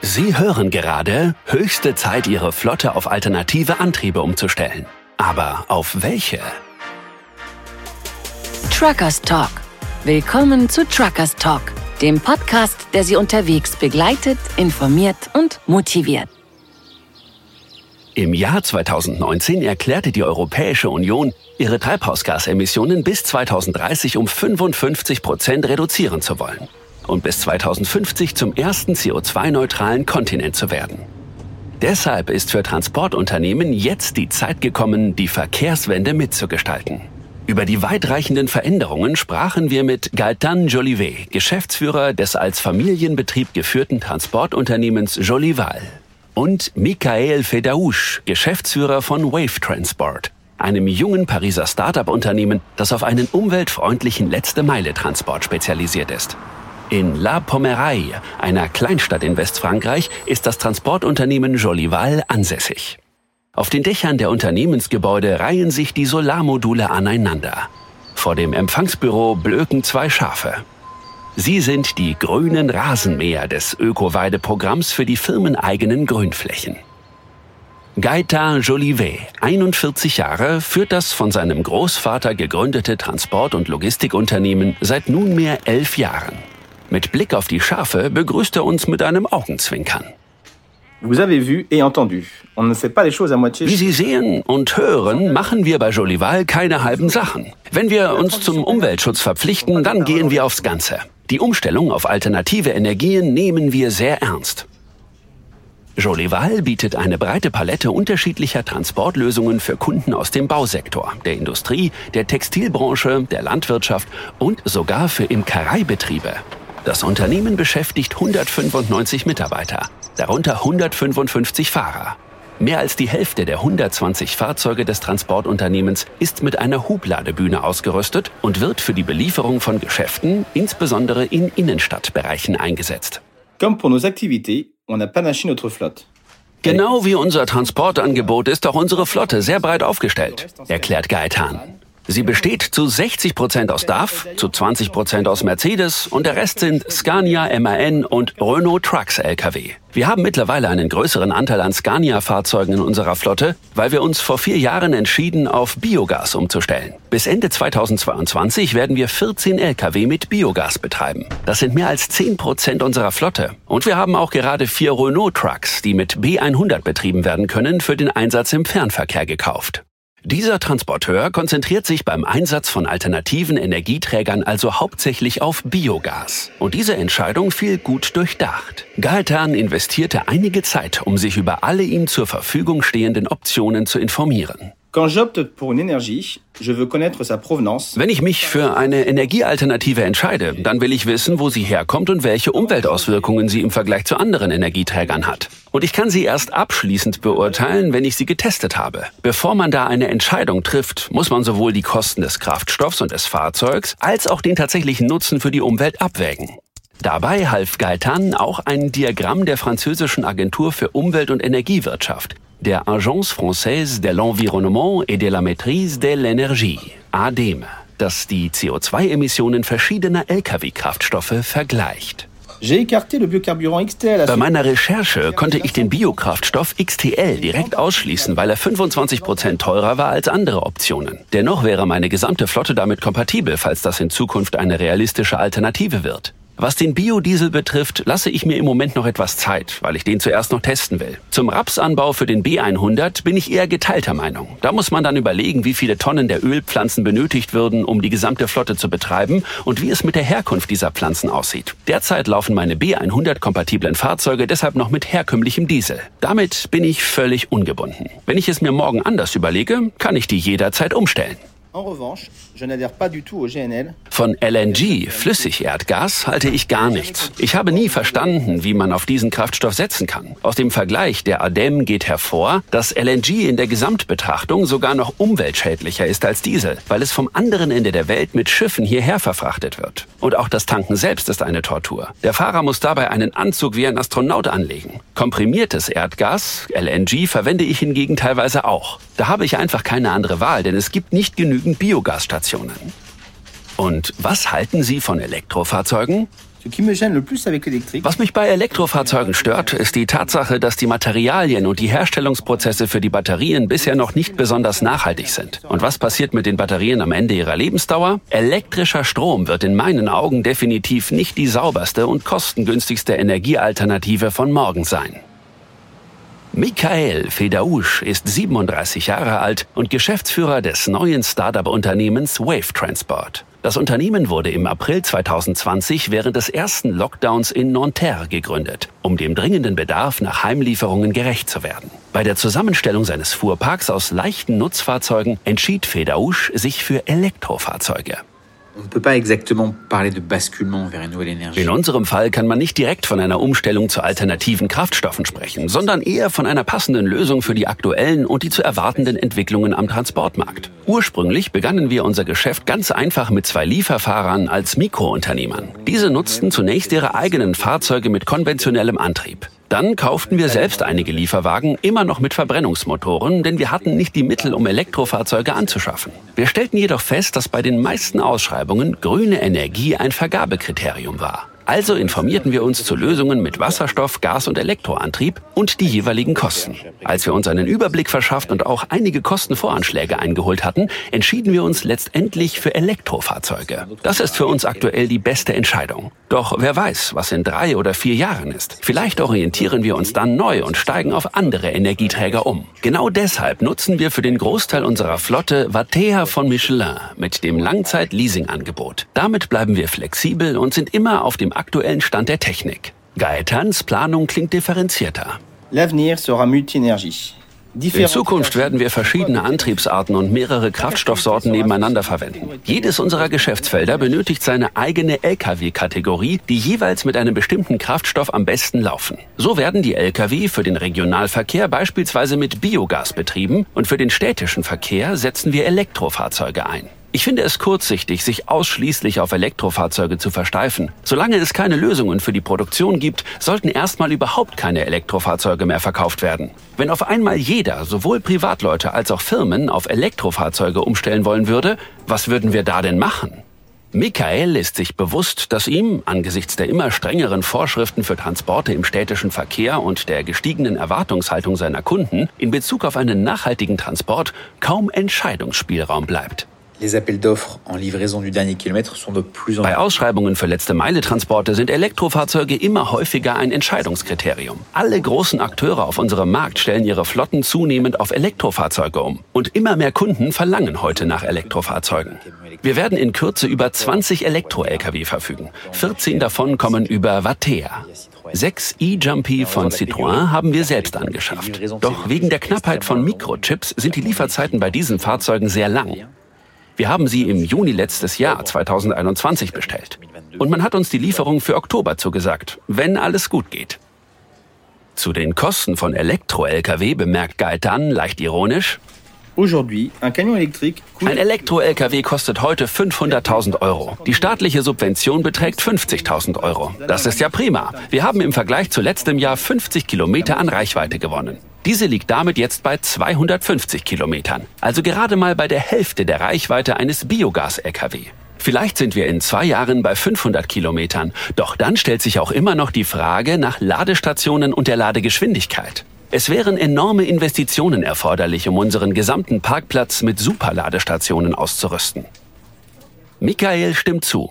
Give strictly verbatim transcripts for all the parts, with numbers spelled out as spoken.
Sie hören gerade, höchste Zeit, Ihre Flotte auf alternative Antriebe umzustellen. Aber auf welche? Truckers Talk. Willkommen zu Truckers Talk, dem Podcast, der Sie unterwegs begleitet, informiert und motiviert. Im Jahr zweitausendneunzehn erklärte die Europäische Union, ihre Treibhausgasemissionen bis zweitausenddreißig um fünfundfünfzig Prozent reduzieren zu wollen und bis zweitausendfünfzig zum ersten C O zwei neutralen Kontinent zu werden. Deshalb ist für Transportunternehmen jetzt die Zeit gekommen, die Verkehrswende mitzugestalten. Über die weitreichenden Veränderungen sprachen wir mit Gaëtan Jolivet, Geschäftsführer des als Familienbetrieb geführten Transportunternehmens Jolival, und Michael Fedaouche, Geschäftsführer von Wave Transport, einem jungen Pariser Start-up-Unternehmen, das auf einen umweltfreundlichen Letzte-Meile-Transport spezialisiert ist. In La Pomeraille, einer Kleinstadt in Westfrankreich, ist das Transportunternehmen Jolival ansässig. Auf den Dächern der Unternehmensgebäude reihen sich die Solarmodule aneinander. Vor dem Empfangsbüro blöken zwei Schafe. Sie sind die grünen Rasenmäher des Öko-Weideprogramms für die firmeneigenen Grünflächen. Gaëtan Jolivet, einundvierzig Jahre, führt das von seinem Großvater gegründete Transport- und Logistikunternehmen seit nunmehr elf Jahren. Mit Blick auf die Schafe begrüßt er uns mit einem Augenzwinkern. Vous avez vu et entendu. On ne fait pas les choses à moitié. Wie Sie sehen und hören, machen wir bei Jolival keine halben Sachen. Wenn wir uns zum Umweltschutz verpflichten, dann gehen wir aufs Ganze. Die Umstellung auf alternative Energien nehmen wir sehr ernst. Jolival bietet eine breite Palette unterschiedlicher Transportlösungen für Kunden aus dem Bausektor, der Industrie, der Textilbranche, der Landwirtschaft und sogar für Imkereibetriebe. Das Unternehmen beschäftigt hundertfünfundneunzig Mitarbeiter, darunter hundertfünfundfünfzig Fahrer. Mehr als die Hälfte der hundertzwanzig Fahrzeuge des Transportunternehmens ist mit einer Hubladebühne ausgerüstet und wird für die Belieferung von Geschäften, insbesondere in Innenstadtbereichen, eingesetzt. Comme pour nos activités, on a panaché notre flotte. Genau wie unser Transportangebot ist auch unsere Flotte sehr breit aufgestellt, erklärt Gaëtan. Sie besteht zu sechzig Prozent aus D A F, zu zwanzig Prozent aus Mercedes und der Rest sind Scania, M A N und Renault Trucks L K W. Wir haben mittlerweile einen größeren Anteil an Scania-Fahrzeugen in unserer Flotte, weil wir uns vor vier Jahren entschieden, auf Biogas umzustellen. Bis Ende zweitausendzweiundzwanzig werden wir vierzehn L K W mit Biogas betreiben. Das sind mehr als zehn Prozent unserer Flotte. Und wir haben auch gerade vier Renault Trucks, die mit B hundert betrieben werden können, für den Einsatz im Fernverkehr gekauft. Dieser Transporteur konzentriert sich beim Einsatz von alternativen Energieträgern also hauptsächlich auf Biogas. Und diese Entscheidung fiel gut durchdacht. Gaëtan investierte einige Zeit, um sich über alle ihm zur Verfügung stehenden Optionen zu informieren. Quand j'opte pour une énergie, je veux connaître sa provenance. Wenn ich mich für eine Energiealternative entscheide, dann will ich wissen, wo sie herkommt und welche Umweltauswirkungen sie im Vergleich zu anderen Energieträgern hat. Und ich kann sie erst abschließend beurteilen, wenn ich sie getestet habe. Bevor man da eine Entscheidung trifft, muss man sowohl die Kosten des Kraftstoffs und des Fahrzeugs als auch den tatsächlichen Nutzen für die Umwelt abwägen. Dabei half Gaëtan auch ein Diagramm der französischen Agentur für Umwelt- und Energiewirtschaft, der Agence Française de l'Environnement et de la Maîtrise de l'Énergie, A D E M E, das die C O zwei Emissionen verschiedener L K W-Kraftstoffe vergleicht. Bei meiner Recherche konnte ich den Biokraftstoff X T L direkt ausschließen, weil er fünfundzwanzig Prozent teurer war als andere Optionen. Dennoch wäre meine gesamte Flotte damit kompatibel, falls das in Zukunft eine realistische Alternative wird. Was den Biodiesel betrifft, lasse ich mir im Moment noch etwas Zeit, weil ich den zuerst noch testen will. Zum Rapsanbau für den B hundert bin ich eher geteilter Meinung. Da muss man dann überlegen, wie viele Tonnen der Ölpflanzen benötigt würden, um die gesamte Flotte zu betreiben und wie es mit der Herkunft dieser Pflanzen aussieht. Derzeit laufen meine B hundert-kompatiblen Fahrzeuge deshalb noch mit herkömmlichem Diesel. Damit bin ich völlig ungebunden. Wenn ich es mir morgen anders überlege, kann ich die jederzeit umstellen. Von L N G, Flüssigerdgas, halte ich gar nichts. Ich habe nie verstanden, wie man auf diesen Kraftstoff setzen kann. Aus dem Vergleich der A D E M E geht hervor, dass L N G in der Gesamtbetrachtung sogar noch umweltschädlicher ist als Diesel, weil es vom anderen Ende der Welt mit Schiffen hierher verfrachtet wird. Und auch das Tanken selbst ist eine Tortur. Der Fahrer muss dabei einen Anzug wie ein Astronaut anlegen. Komprimiertes Erdgas, L N G, verwende ich hingegen teilweise auch. Da habe ich einfach keine andere Wahl, denn es gibt nicht genügend Biogasstationen. Und was halten Sie von Elektrofahrzeugen? Was mich bei Elektrofahrzeugen stört, ist die Tatsache, dass die Materialien und die Herstellungsprozesse für die Batterien bisher noch nicht besonders nachhaltig sind. Und was passiert mit den Batterien am Ende ihrer Lebensdauer? Elektrischer Strom wird in meinen Augen definitiv nicht die sauberste und kostengünstigste Energiealternative von morgen sein. Michael Fedaouche ist siebenunddreißig Jahre alt und Geschäftsführer des neuen Start-up-Unternehmens Wave Transport. Das Unternehmen wurde im April zweitausendzwanzig während des ersten Lockdowns in Nanterre gegründet, um dem dringenden Bedarf nach Heimlieferungen gerecht zu werden. Bei der Zusammenstellung seines Fuhrparks aus leichten Nutzfahrzeugen entschied Fedaouche sich für Elektrofahrzeuge. In unserem Fall kann man nicht direkt von einer Umstellung zu alternativen Kraftstoffen sprechen, sondern eher von einer passenden Lösung für die aktuellen und die zu erwartenden Entwicklungen am Transportmarkt. Ursprünglich begannen wir unser Geschäft ganz einfach mit zwei Lieferfahrern als Mikrounternehmern. Diese nutzten zunächst ihre eigenen Fahrzeuge mit konventionellem Antrieb. Dann kauften wir selbst einige Lieferwagen, immer noch mit Verbrennungsmotoren, denn wir hatten nicht die Mittel, um Elektrofahrzeuge anzuschaffen. Wir stellten jedoch fest, dass bei den meisten Ausschreibungen grüne Energie ein Vergabekriterium war. Also informierten wir uns zu Lösungen mit Wasserstoff-, Gas- und Elektroantrieb und die jeweiligen Kosten. Als wir uns einen Überblick verschafft und auch einige Kostenvoranschläge eingeholt hatten, entschieden wir uns letztendlich für Elektrofahrzeuge. Das ist für uns aktuell die beste Entscheidung. Doch wer weiß, was in drei oder vier Jahren ist. Vielleicht orientieren wir uns dann neu und steigen auf andere Energieträger um. Genau deshalb nutzen wir für den Großteil unserer Flotte Watèa von Michelin mit dem Langzeit-Leasing-Angebot. Damit bleiben wir flexibel und sind immer auf dem aktuellen Stand der Technik. Gaetans Planung klingt differenzierter. L'avenir sera multi-énergie. In Zukunft werden wir verschiedene Antriebsarten und mehrere Kraftstoffsorten nebeneinander verwenden. Jedes unserer Geschäftsfelder benötigt seine eigene L K W-Kategorie, die jeweils mit einem bestimmten Kraftstoff am besten laufen. So werden die L K W für den Regionalverkehr beispielsweise mit Biogas betrieben und für den städtischen Verkehr setzen wir Elektrofahrzeuge ein. Ich finde es kurzsichtig, sich ausschließlich auf Elektrofahrzeuge zu versteifen. Solange es keine Lösungen für die Produktion gibt, sollten erstmal überhaupt keine Elektrofahrzeuge mehr verkauft werden. Wenn auf einmal jeder, sowohl Privatleute als auch Firmen, auf Elektrofahrzeuge umstellen wollen würde, was würden wir da denn machen? Michael ist sich bewusst, dass ihm, angesichts der immer strengeren Vorschriften für Transporte im städtischen Verkehr und der gestiegenen Erwartungshaltung seiner Kunden in Bezug auf einen nachhaltigen Transport kaum Entscheidungsspielraum bleibt. Bei Ausschreibungen für Letzte-Meile-Transporte sind Elektrofahrzeuge immer häufiger ein Entscheidungskriterium. Alle großen Akteure auf unserem Markt stellen ihre Flotten zunehmend auf Elektrofahrzeuge um. Und immer mehr Kunden verlangen heute nach Elektrofahrzeugen. Wir werden in Kürze über zwanzig Elektro-L K W verfügen. vierzehn davon kommen über Watèa. Sechs E-Jumpy von Citroën haben wir selbst angeschafft. Doch wegen der Knappheit von Mikrochips sind die Lieferzeiten bei diesen Fahrzeugen sehr lang. Wir haben sie im Juni letztes Jahr, zweitausendeinundzwanzig, bestellt. Und man hat uns die Lieferung für Oktober zugesagt, wenn alles gut geht. Zu den Kosten von Elektro-L K W bemerkt Gaetan leicht ironisch: Ein Elektro-L K W kostet heute fünfhunderttausend Euro. Die staatliche Subvention beträgt fünfzigtausend Euro. Das ist ja prima. Wir haben im Vergleich zu letztem Jahr fünfzig Kilometer an Reichweite gewonnen. Diese liegt damit jetzt bei zweihundertfünfzig Kilometern. Also gerade mal bei der Hälfte der Reichweite eines Biogas-L K W. Vielleicht sind wir in zwei Jahren bei fünfhundert Kilometern. Doch dann stellt sich auch immer noch die Frage nach Ladestationen und der Ladegeschwindigkeit. Es wären enorme Investitionen erforderlich, um unseren gesamten Parkplatz mit Superladestationen auszurüsten. Michael stimmt zu.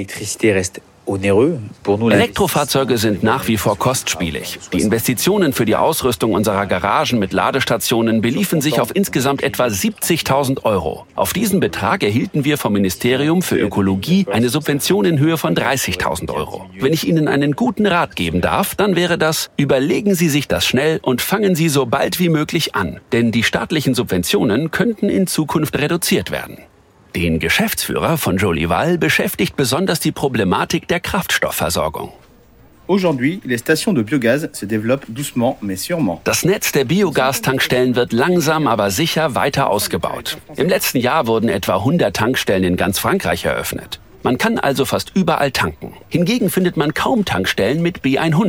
Elektrofahrzeuge sind nach wie vor kostspielig. Die Investitionen für die Ausrüstung unserer Garagen mit Ladestationen beliefen sich auf insgesamt etwa siebzigtausend Euro. Auf diesen Betrag erhielten wir vom Ministerium für Ökologie eine Subvention in Höhe von dreißigtausend Euro. Wenn ich Ihnen einen guten Rat geben darf, dann wäre das: Überlegen Sie sich das schnell und fangen Sie so bald wie möglich an. Denn die staatlichen Subventionen könnten in Zukunft reduziert werden. Den Geschäftsführer von Jolival beschäftigt besonders die Problematik der Kraftstoffversorgung. Das Netz der Biogastankstellen wird langsam, aber sicher weiter ausgebaut. Im letzten Jahr wurden etwa hundert Tankstellen in ganz Frankreich eröffnet. Man kann also fast überall tanken. Hingegen findet man kaum Tankstellen mit B hundert.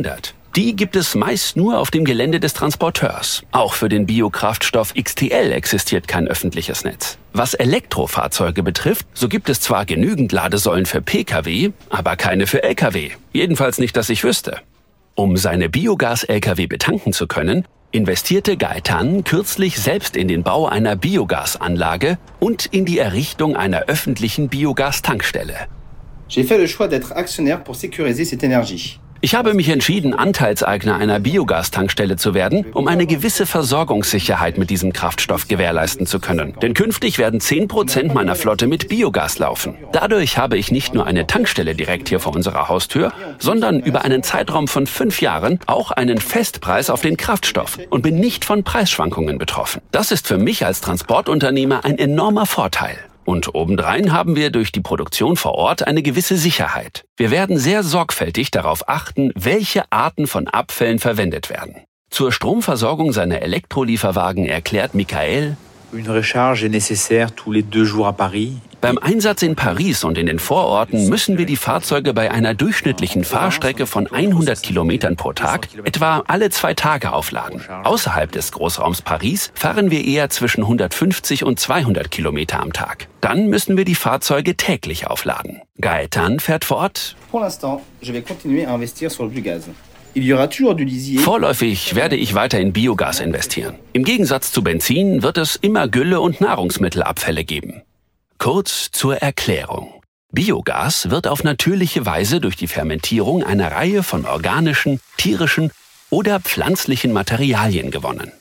Die gibt es meist nur auf dem Gelände des Transporteurs. Auch für den Biokraftstoff X T L existiert kein öffentliches Netz. Was Elektrofahrzeuge betrifft, so gibt es zwar genügend Ladesäulen für Pkw, aber keine für Lkw. Jedenfalls nicht, dass ich wüsste. Um seine Biogas-L K W betanken zu können, investierte Gaetan kürzlich selbst in den Bau einer Biogasanlage und in die Errichtung einer öffentlichen Biogastankstelle. J'ai fait le choix d'être actionnaire pour sécuriser cette énergie. Ich habe mich entschieden, Anteilseigner einer Biogastankstelle zu werden, um eine gewisse Versorgungssicherheit mit diesem Kraftstoff gewährleisten zu können. Denn künftig werden zehn Prozent meiner Flotte mit Biogas laufen. Dadurch habe ich nicht nur eine Tankstelle direkt hier vor unserer Haustür, sondern über einen Zeitraum von fünf Jahren auch einen Festpreis auf den Kraftstoff und bin nicht von Preisschwankungen betroffen. Das ist für mich als Transportunternehmer ein enormer Vorteil. Und obendrein haben wir durch die Produktion vor Ort eine gewisse Sicherheit. Wir werden sehr sorgfältig darauf achten, welche Arten von Abfällen verwendet werden. Zur Stromversorgung seiner Elektrolieferwagen erklärt Michael: Une recharge est nécessaire tous les deux jours à Paris. Beim Einsatz in Paris und in den Vororten müssen wir die Fahrzeuge bei einer durchschnittlichen Fahrstrecke von hundert Kilometern pro Tag etwa alle zwei Tage aufladen. Außerhalb des Großraums Paris fahren wir eher zwischen hundertfünfzig und zweihundert Kilometer am Tag. Dann müssen wir die Fahrzeuge täglich aufladen. Gaetan fährt fort: Pour l'instant, je vais continuer à investir sur le biogaz. Il y aura toujours du lisier. Vorläufig werde ich weiter in Biogas investieren. Im Gegensatz zu Benzin wird es immer Gülle und Nahrungsmittelabfälle geben. Kurz zur Erklärung. Biogas wird auf natürliche Weise durch die Fermentierung einer Reihe von organischen, tierischen oder pflanzlichen Materialien gewonnen.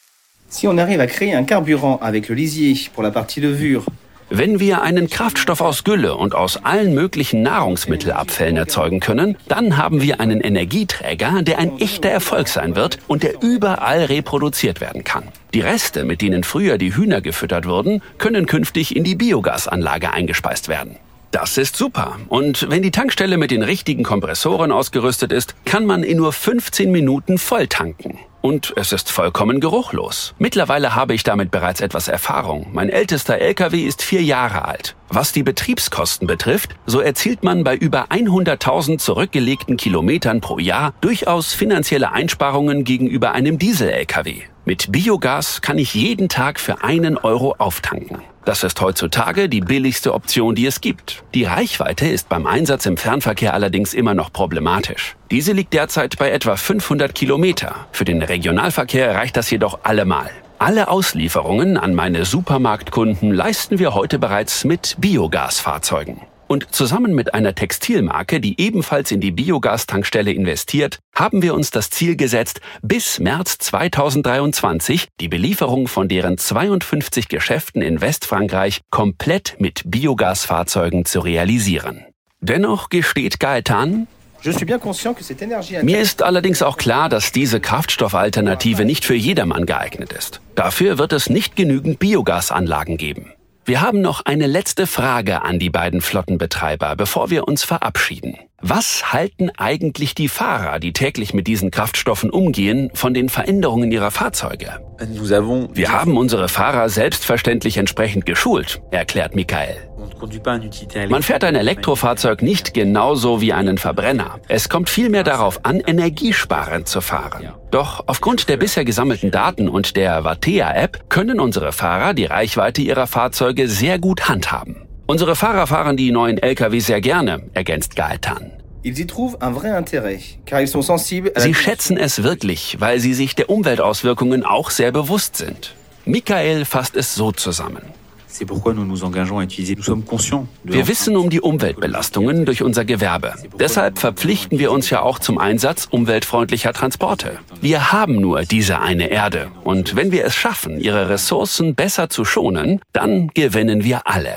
Si on arrive à créer un carburant avec le lisier pour la partie levure. Wenn wir einen Kraftstoff aus Gülle und aus allen möglichen Nahrungsmittelabfällen erzeugen können, dann haben wir einen Energieträger, der ein echter Erfolg sein wird und der überall reproduziert werden kann. Die Reste, mit denen früher die Hühner gefüttert wurden, können künftig in die Biogasanlage eingespeist werden. Das ist super. Und wenn die Tankstelle mit den richtigen Kompressoren ausgerüstet ist, kann man in nur fünfzehn Minuten voll tanken. Und es ist vollkommen geruchlos. Mittlerweile habe ich damit bereits etwas Erfahrung. Mein ältester L K W ist vier Jahre alt. Was die Betriebskosten betrifft, so erzielt man bei über hunderttausend zurückgelegten Kilometern pro Jahr durchaus finanzielle Einsparungen gegenüber einem Diesel-L K W. Mit Biogas kann ich jeden Tag für einen Euro auftanken. Das ist heutzutage die billigste Option, die es gibt. Die Reichweite ist beim Einsatz im Fernverkehr allerdings immer noch problematisch. Diese liegt derzeit bei etwa fünfhundert Kilometer. Für den Regionalverkehr reicht das jedoch allemal. Alle Auslieferungen an meine Supermarktkunden leisten wir heute bereits mit Biogasfahrzeugen. Und zusammen mit einer Textilmarke, die ebenfalls in die Biogastankstelle investiert, haben wir uns das Ziel gesetzt, bis März zweitausenddreiundzwanzig die Belieferung von deren zweiundfünfzig Geschäften in Westfrankreich komplett mit Biogasfahrzeugen zu realisieren. Dennoch gesteht Gaetan: Mir ist allerdings auch klar, dass diese Kraftstoffalternative nicht für jedermann geeignet ist. Dafür wird es nicht genügend Biogasanlagen geben. Wir haben noch eine letzte Frage an die beiden Flottenbetreiber, bevor wir uns verabschieden. Was halten eigentlich die Fahrer, die täglich mit diesen Kraftstoffen umgehen, von den Veränderungen ihrer Fahrzeuge? Wir haben unsere Fahrer selbstverständlich entsprechend geschult, erklärt Michael. Man fährt ein Elektrofahrzeug nicht genauso wie einen Verbrenner. Es kommt vielmehr darauf an, energiesparend zu fahren. Doch aufgrund der bisher gesammelten Daten und der Wattea-App können unsere Fahrer die Reichweite ihrer Fahrzeuge sehr gut handhaben. Unsere Fahrer fahren die neuen L K W sehr gerne, ergänzt Gaetan. Sie schätzen es wirklich, weil sie sich der Umweltauswirkungen auch sehr bewusst sind. Michael fasst es so zusammen: Wir wissen um die Umweltbelastungen durch unser Gewerbe. Deshalb verpflichten wir uns ja auch zum Einsatz umweltfreundlicher Transporte. Wir haben nur diese eine Erde. Und wenn wir es schaffen, ihre Ressourcen besser zu schonen, dann gewinnen wir alle.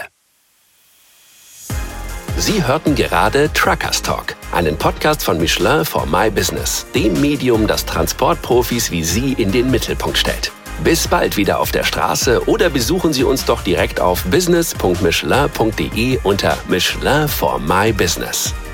Sie hörten gerade Truckers Talk, einen Podcast von Michelin for My Business, dem Medium, das Transportprofis wie Sie in den Mittelpunkt stellt. Bis bald wieder auf der Straße oder besuchen Sie uns doch direkt auf business punkt michelin punkt de unter Michelin for My Business.